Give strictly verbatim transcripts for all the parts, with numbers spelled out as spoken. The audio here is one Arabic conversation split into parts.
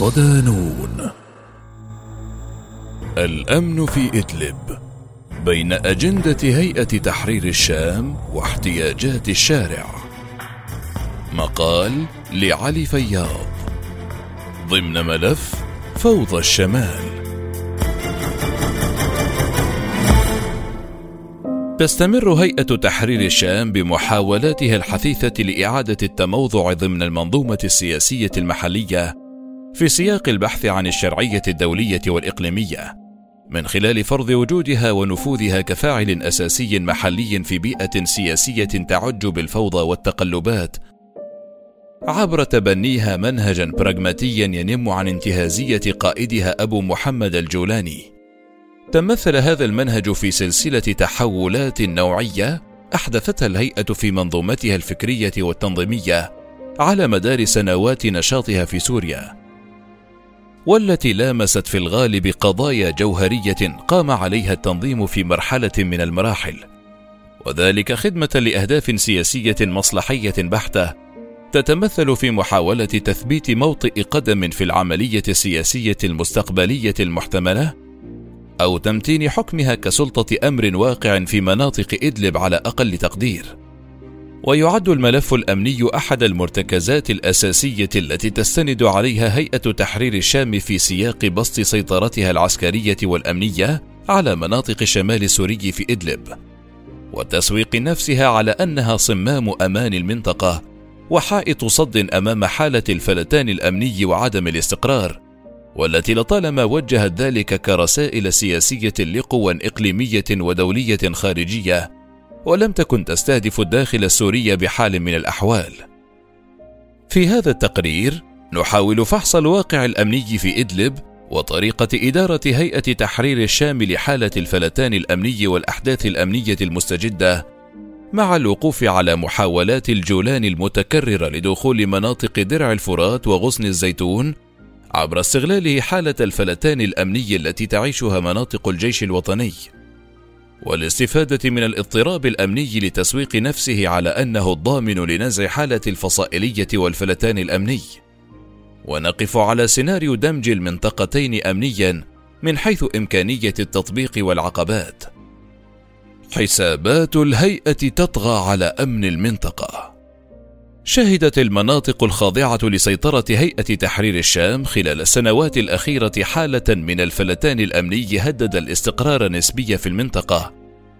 صدانون. الأمن في إدلب بين أجندة هيئة تحرير الشام واحتياجات الشارع. مقال لعلي فياض ضمن ملف فوضى الشمال. تستمر هيئة تحرير الشام بمحاولاتها الحثيثة لإعادة التموضع ضمن المنظومة السياسية المحلية في سياق البحث عن الشرعية الدولية والإقليمية، من خلال فرض وجودها ونفوذها كفاعل أساسي محلي في بيئة سياسية تعج بالفوضى والتقلبات، عبر تبنيها منهجا براغماتيا ينم عن انتهازية قائدها أبو محمد الجولاني. تمثل هذا المنهج في سلسلة تحولات نوعية أحدثتها الهيئة في منظومتها الفكرية والتنظيمية على مدار سنوات نشاطها في سوريا، والتي لامست في الغالب قضايا جوهرية قام عليها التنظيم في مرحلة من المراحل، وذلك خدمة لأهداف سياسية مصلحية بحتة تتمثل في محاولة تثبيت موطئ قدم في العملية السياسية المستقبلية المحتملة، أو تمتين حكمها كسلطة أمر واقع في مناطق إدلب على أقل تقدير. ويعد الملف الأمني أحد المرتكزات الأساسية التي تستند عليها هيئة تحرير الشام في سياق بسط سيطرتها العسكرية والأمنية على مناطق شمال سوري في إدلب، وتسويق نفسها على أنها صمام أمان المنطقة وحائط صد أمام حالة الفلتان الأمني وعدم الاستقرار، والتي لطالما وجهت ذلك كرسائل سياسية لقوى إقليمية ودولية خارجية، ولم تكن تستهدف الداخل السوري بحال من الأحوال. في هذا التقرير نحاول فحص الواقع الأمني في إدلب وطريقة إدارة هيئة تحرير الشام لحالة الفلتان الأمني والأحداث الأمنية المستجدة، مع الوقوف على محاولات الجولان المتكررة لدخول مناطق درع الفرات وغصن الزيتون عبر استغلاله حالة الفلتان الأمني التي تعيشها مناطق الجيش الوطني، والاستفادة من الاضطراب الأمني لتسويق نفسه على أنه الضامن لنزع حالة الفصائلية والفلتان الأمني. ونقف على سيناريو دمج المنطقتين أمنيا من حيث إمكانية التطبيق والعقبات. حسابات الهيئة تطغى على أمن المنطقة. شهدت المناطق الخاضعة لسيطرة هيئة تحرير الشام خلال السنوات الأخيرة حالة من الفلتان الأمني هدد الاستقرار النسبي في المنطقة،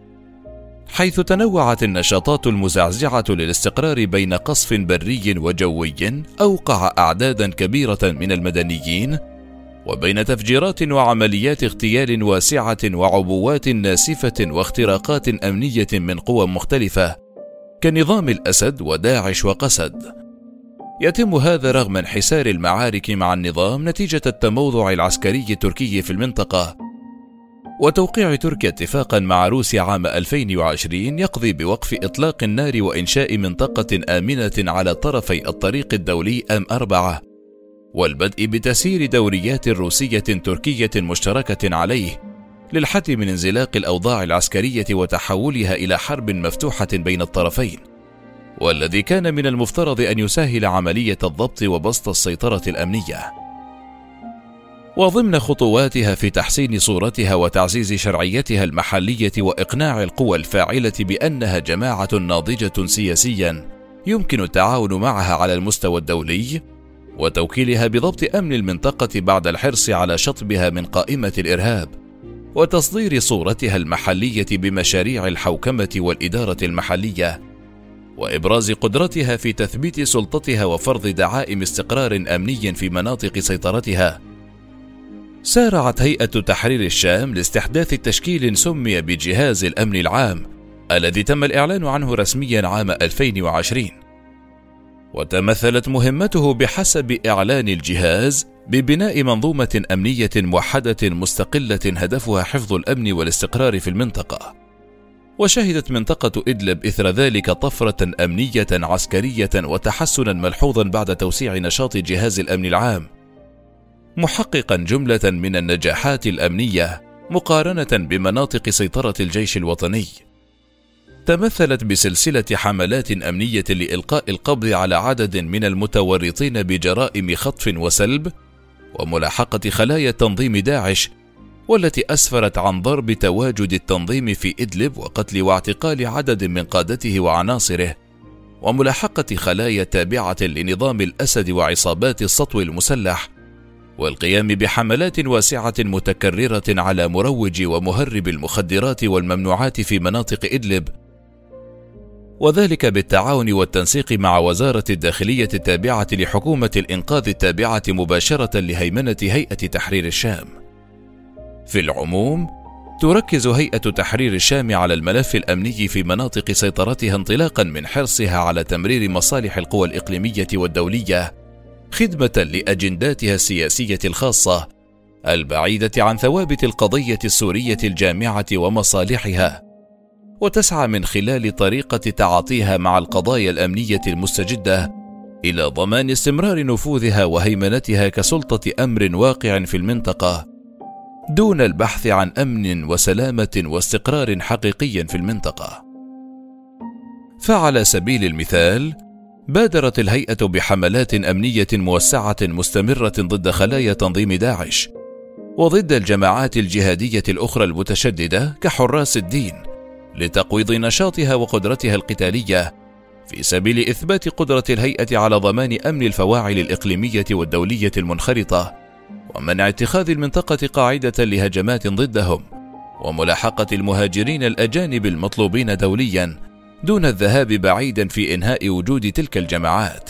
حيث تنوعت النشاطات المزعزعة للاستقرار بين قصف بري وجوي أوقع أعدادا كبيرة من المدنيين، وبين تفجيرات وعمليات اغتيال واسعة وعبوات ناسفة واختراقات أمنية من قوى مختلفة كنظام الأسد وداعش وقسد. يتم هذا رغم انحسار المعارك مع النظام نتيجة التموضع العسكري التركي في المنطقة، وتوقيع تركيا اتفاقا مع روسيا عام ألفين وعشرين يقضي بوقف إطلاق النار وإنشاء منطقة آمنة على طرفي الطريق الدولي أم أربعة، والبدء بتسيير دوريات روسية تركية مشتركة عليه للحد من انزلاق الأوضاع العسكرية وتحولها إلى حرب مفتوحة بين الطرفين، والذي كان من المفترض أن يسهل عملية الضبط وبسط السيطرة الأمنية. وضمن خطواتها في تحسين صورتها وتعزيز شرعيتها المحلية وإقناع القوى الفاعلة بأنها جماعة ناضجة سياسيا يمكن التعاون معها على المستوى الدولي، وتوكيلها بضبط أمن المنطقة بعد الحرص على شطبها من قائمة الإرهاب، وتصدير صورتها المحلية بمشاريع الحوكمة والإدارة المحلية، وإبراز قدرتها في تثبيت سلطتها وفرض دعائم استقرار أمني في مناطق سيطرتها، سارعت هيئة تحرير الشام لاستحداث تشكيل سمي بجهاز الأمن العام الذي تم الإعلان عنه رسميا عام ألفين وعشرين. وتمثلت مهمته بحسب إعلان الجهاز ببناء منظومة أمنية موحدة مستقلة هدفها حفظ الأمن والاستقرار في المنطقة. وشهدت منطقة إدلب إثر ذلك طفرة أمنية عسكرية وتحسنا ملحوظا بعد توسيع نشاط جهاز الأمن العام، محققا جملة من النجاحات الأمنية مقارنة بمناطق سيطرة الجيش الوطني. تمثلت بسلسلة حملات أمنية لإلقاء القبض على عدد من المتورطين بجرائم خطف وسلب وملاحقة خلايا تنظيم داعش، والتي أسفرت عن ضرب تواجد التنظيم في إدلب وقتل واعتقال عدد من قادته وعناصره، وملاحقة خلايا تابعة لنظام الأسد وعصابات السطو المسلح، والقيام بحملات واسعة متكررة على مروج ومهرب المخدرات والممنوعات في مناطق إدلب، وذلك بالتعاون والتنسيق مع وزارة الداخلية التابعة لحكومة الإنقاذ التابعة مباشرة لهيمنة هيئة تحرير الشام. في العموم، تركز هيئة تحرير الشام على الملف الأمني في مناطق سيطرتها انطلاقا من حرصها على تمرير مصالح القوى الإقليمية والدولية خدمة لأجنداتها السياسية الخاصة البعيدة عن ثوابت القضية السورية الجامعة ومصالحها، وتسعى من خلال طريقة تعاطيها مع القضايا الأمنية المستجدة إلى ضمان استمرار نفوذها وهيمنتها كسلطة أمر واقع في المنطقة، دون البحث عن أمن وسلامة واستقرار حقيقي في المنطقة. فعلى سبيل المثال، بادرت الهيئة بحملات أمنية موسعة مستمرة ضد خلايا تنظيم داعش وضد الجماعات الجهادية الأخرى المتشددة كحراس الدين، لتقويض نشاطها وقدرتها القتالية في سبيل إثبات قدرة الهيئة على ضمان أمن الفواعل الإقليمية والدولية المنخرطة، ومنع اتخاذ المنطقة قاعدة لهجمات ضدهم، وملاحقة المهاجرين الأجانب المطلوبين دوليا دون الذهاب بعيدا في إنهاء وجود تلك الجماعات.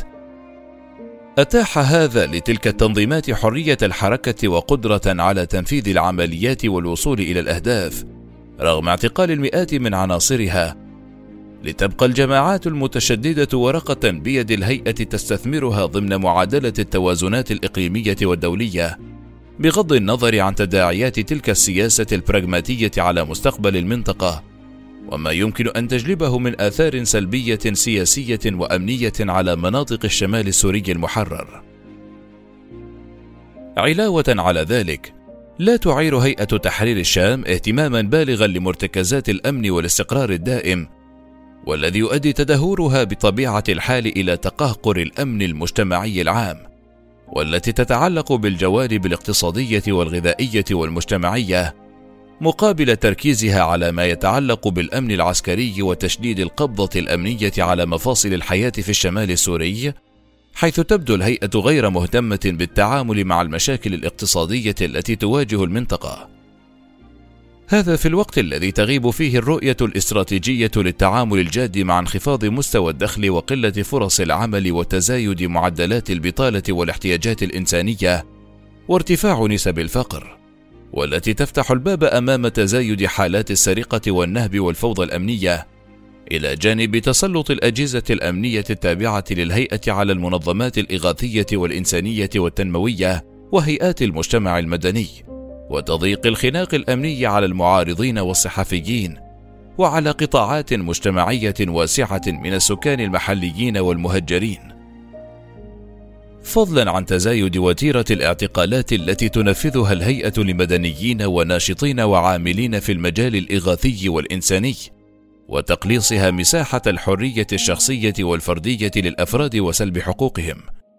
أتاح هذا لتلك التنظيمات حرية الحركة وقدرة على تنفيذ العمليات والوصول إلى الأهداف رغم اعتقال المئات من عناصرها، لتبقى الجماعات المتشددة ورقة بيد الهيئة تستثمرها ضمن معادلة التوازنات الإقليمية والدولية، بغض النظر عن تداعيات تلك السياسة البراغماتية على مستقبل المنطقة وما يمكن أن تجلبه من آثار سلبية سياسية وأمنية على مناطق الشمال السوري المحرر. علاوة على ذلك، لا تعير هيئة تحرير الشام اهتماما بالغا لمرتكزات الأمن والاستقرار الدائم، والذي يؤدي تدهورها بطبيعة الحال إلى تقهقر الأمن المجتمعي العام، والتي تتعلق بالجوانب الاقتصادية والغذائية والمجتمعية، مقابل تركيزها على ما يتعلق بالأمن العسكري وتشديد القبضة الأمنية على مفاصل الحياة في الشمال السوري، حيث تبدو الهيئة غير مهتمة بالتعامل مع المشاكل الاقتصادية التي تواجه المنطقة. هذا في الوقت الذي تغيب فيه الرؤية الاستراتيجية للتعامل الجاد مع انخفاض مستوى الدخل وقلة فرص العمل وتزايد معدلات البطالة والاحتياجات الإنسانية وارتفاع نسب الفقر، والتي تفتح الباب أمام تزايد حالات السرقة والنهب والفوضى الأمنية، إلى جانب تسلط الأجهزة الأمنية التابعة للهيئة على المنظمات الإغاثية والإنسانية والتنموية وهيئات المجتمع المدني، وتضييق الخناق الأمني على المعارضين والصحفيين، وعلى قطاعات مجتمعية واسعة من السكان المحليين والمهجرين، فضلا عن تزايد وتيرة الاعتقالات التي تنفذها الهيئة لمدنيين وناشطين وعاملين في المجال الإغاثي والإنساني، وتقليصها مساحة الحرية الشخصية والفردية للأفراد وسلب حقوقهم.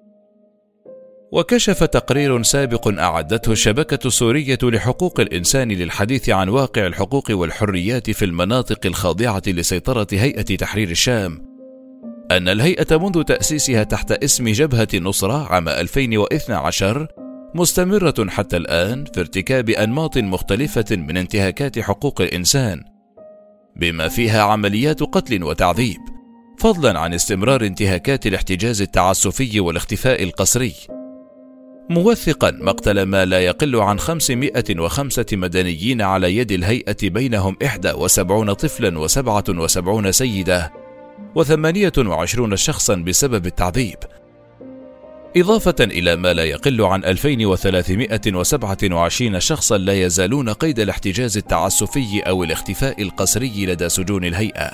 وكشف تقرير سابق أعدته الشبكة السورية لحقوق الإنسان للحديث عن واقع الحقوق والحريات في المناطق الخاضعة لسيطرة هيئة تحرير الشام أن الهيئة منذ تأسيسها تحت اسم جبهة النصرة عام ألفين واثني عشر مستمرة حتى الآن في ارتكاب أنماط مختلفة من انتهاكات حقوق الإنسان، بما فيها عمليات قتل وتعذيب، فضلا عن استمرار انتهاكات الاحتجاز التعسفي والاختفاء القسري، موثقا مقتل ما لا يقل عن خمسمائة وخمسة مدنيين على يد الهيئة، بينهم إحدى وسبعين طفلا وسبعة وسبعين سيدة وثمانية وعشرين شخصا بسبب التعذيب، إضافة إلى ما لا يقل عن ألفين وثلاثمائة وسبعة وعشرين شخصا لا يزالون قيد الاحتجاز التعسفي أو الاختفاء القسري لدى سجون الهيئة.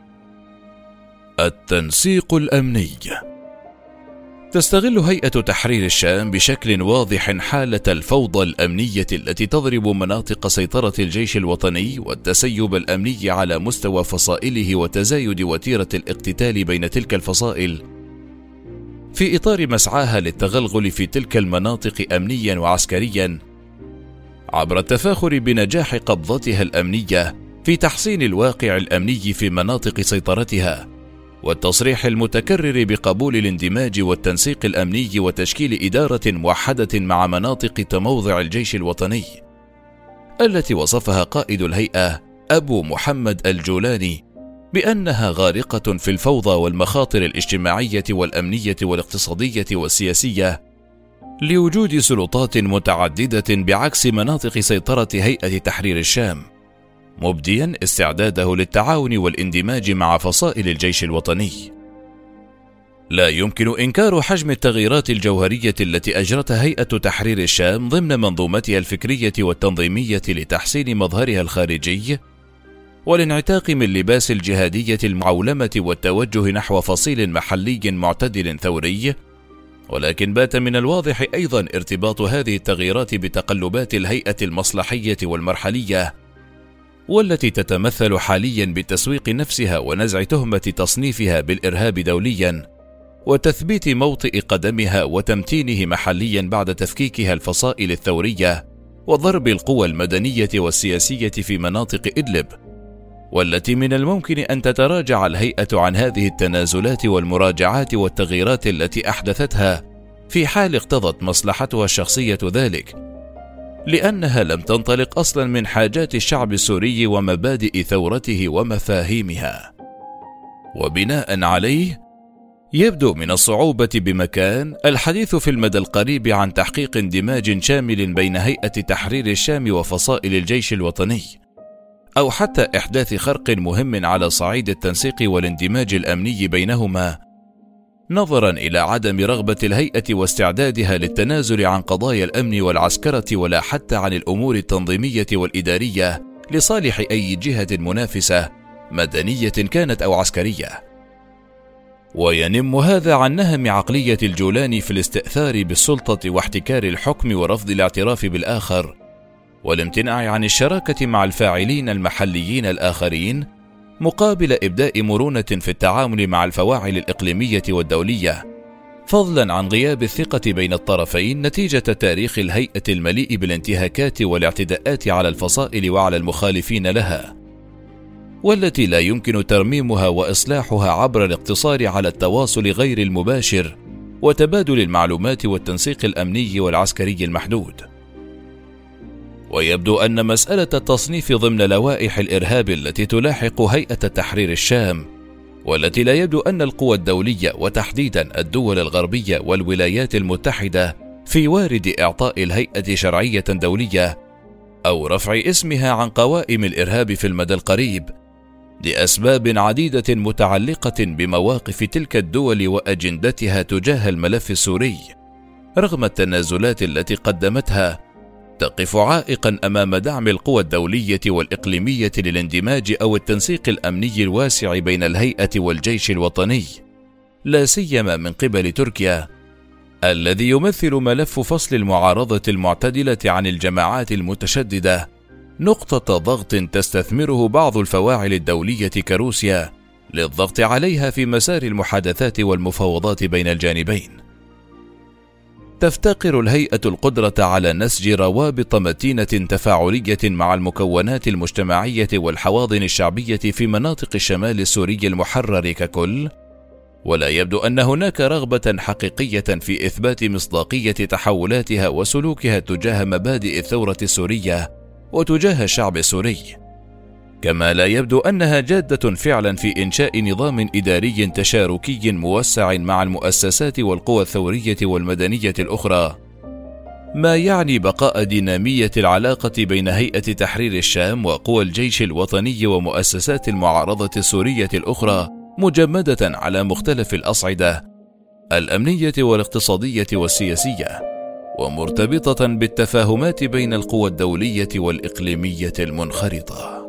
التنسيق الأمني. تستغل هيئة تحرير الشام بشكل واضح حالة الفوضى الأمنية التي تضرب مناطق سيطرة الجيش الوطني والتسيب الأمني على مستوى فصائله وتزايد وتيرة الاقتتال بين تلك الفصائل، في إطار مسعاها للتغلغل في تلك المناطق أمنيا وعسكريا، عبر التفاخر بنجاح قبضتها الأمنية في تحسين الواقع الأمني في مناطق سيطرتها، والتصريح المتكرر بقبول الاندماج والتنسيق الأمني وتشكيل إدارة موحدة مع مناطق تموضع الجيش الوطني، التي وصفها قائد الهيئة أبو محمد الجولاني بأنها غارقة في الفوضى والمخاطر الاجتماعية والأمنية والاقتصادية والسياسية، لوجود سلطات متعددة بعكس مناطق سيطرة هيئة تحرير الشام، مبديا استعداده للتعاون والاندماج مع فصائل الجيش الوطني. لا يمكن إنكار حجم التغييرات الجوهرية التي أجرتها هيئة تحرير الشام ضمن منظومتها الفكرية والتنظيمية لتحسين مظهرها الخارجي والانعتاق من لباس الجهادية المعولمة والتوجه نحو فصيل محلي معتدل ثوري، ولكن بات من الواضح أيضا ارتباط هذه التغييرات بتقلبات الهيئة المصلحية والمرحلية، والتي تتمثل حاليا بتسويق نفسها ونزع تهمة تصنيفها بالإرهاب دوليا وتثبيت موطئ قدمها وتمتينه محليا بعد تفكيكها الفصائل الثورية وضرب القوى المدنية والسياسية في مناطق إدلب، والتي من الممكن أن تتراجع الهيئة عن هذه التنازلات والمراجعات والتغييرات التي أحدثتها في حال اقتضت مصلحتها الشخصية ذلك، لأنها لم تنطلق أصلا من حاجات الشعب السوري ومبادئ ثورته ومفاهيمها. وبناء عليه يبدو من الصعوبة بمكان الحديث في المدى القريب عن تحقيق اندماج شامل بين هيئة تحرير الشام وفصائل الجيش الوطني، أو حتى إحداث خرق مهم على صعيد التنسيق والاندماج الأمني بينهما، نظرا إلى عدم رغبة الهيئة واستعدادها للتنازل عن قضايا الأمن والعسكرة ولا حتى عن الأمور التنظيمية والإدارية لصالح أي جهة منافسة مدنية كانت أو عسكرية. وينم هذا عن نهم عقلية الجولاني في الاستئثار بالسلطة واحتكار الحكم ورفض الاعتراف بالآخر والامتناع عن الشراكة مع الفاعلين المحليين الآخرين مقابل إبداء مرونة في التعامل مع الفواعل الإقليمية والدولية، فضلا عن غياب الثقة بين الطرفين نتيجة تاريخ الهيئة المليء بالانتهاكات والاعتداءات على الفصائل وعلى المخالفين لها، والتي لا يمكن ترميمها وإصلاحها عبر الاقتصار على التواصل غير المباشر وتبادل المعلومات والتنسيق الأمني والعسكري المحدود. ويبدو أن مسألة التصنيف ضمن لوائح الإرهاب التي تلاحق هيئة تحرير الشام، والتي لا يبدو أن القوى الدولية وتحديدا الدول الغربية والولايات المتحدة في وارد إعطاء الهيئة شرعية دولية أو رفع اسمها عن قوائم الإرهاب في المدى القريب، لأسباب عديدة متعلقة بمواقف تلك الدول وأجندتها تجاه الملف السوري، رغم التنازلات التي قدمتها، تقف عائقا أمام دعم القوى الدولية والإقليمية للاندماج أو التنسيق الأمني الواسع بين الهيئة والجيش الوطني، لا سيما من قبل تركيا، الذي يمثل ملف فصل المعارضة المعتدلة عن الجماعات المتشددة نقطة ضغط تستثمره بعض الفواعل الدولية كروسيا للضغط عليها في مسار المحادثات والمفاوضات بين الجانبين. تفتقر الهيئة القدرة على نسج روابط متينة تفاعلية مع المكونات المجتمعية والحواضن الشعبية في مناطق الشمال السوري المحرر ككل، ولا يبدو أن هناك رغبة حقيقية في إثبات مصداقية تحولاتها وسلوكها تجاه مبادئ الثورة السورية وتجاه الشعب السوري، كما لا يبدو أنها جادة فعلا في إنشاء نظام إداري تشاركي موسع مع المؤسسات والقوى الثورية والمدنية الأخرى، ما يعني بقاء دينامية العلاقة بين هيئة تحرير الشام وقوى الجيش الوطني ومؤسسات المعارضة السورية الأخرى مجمدة على مختلف الأصعدة الأمنية والاقتصادية والسياسية، ومرتبطة بالتفاهمات بين القوى الدولية والإقليمية المنخرطة.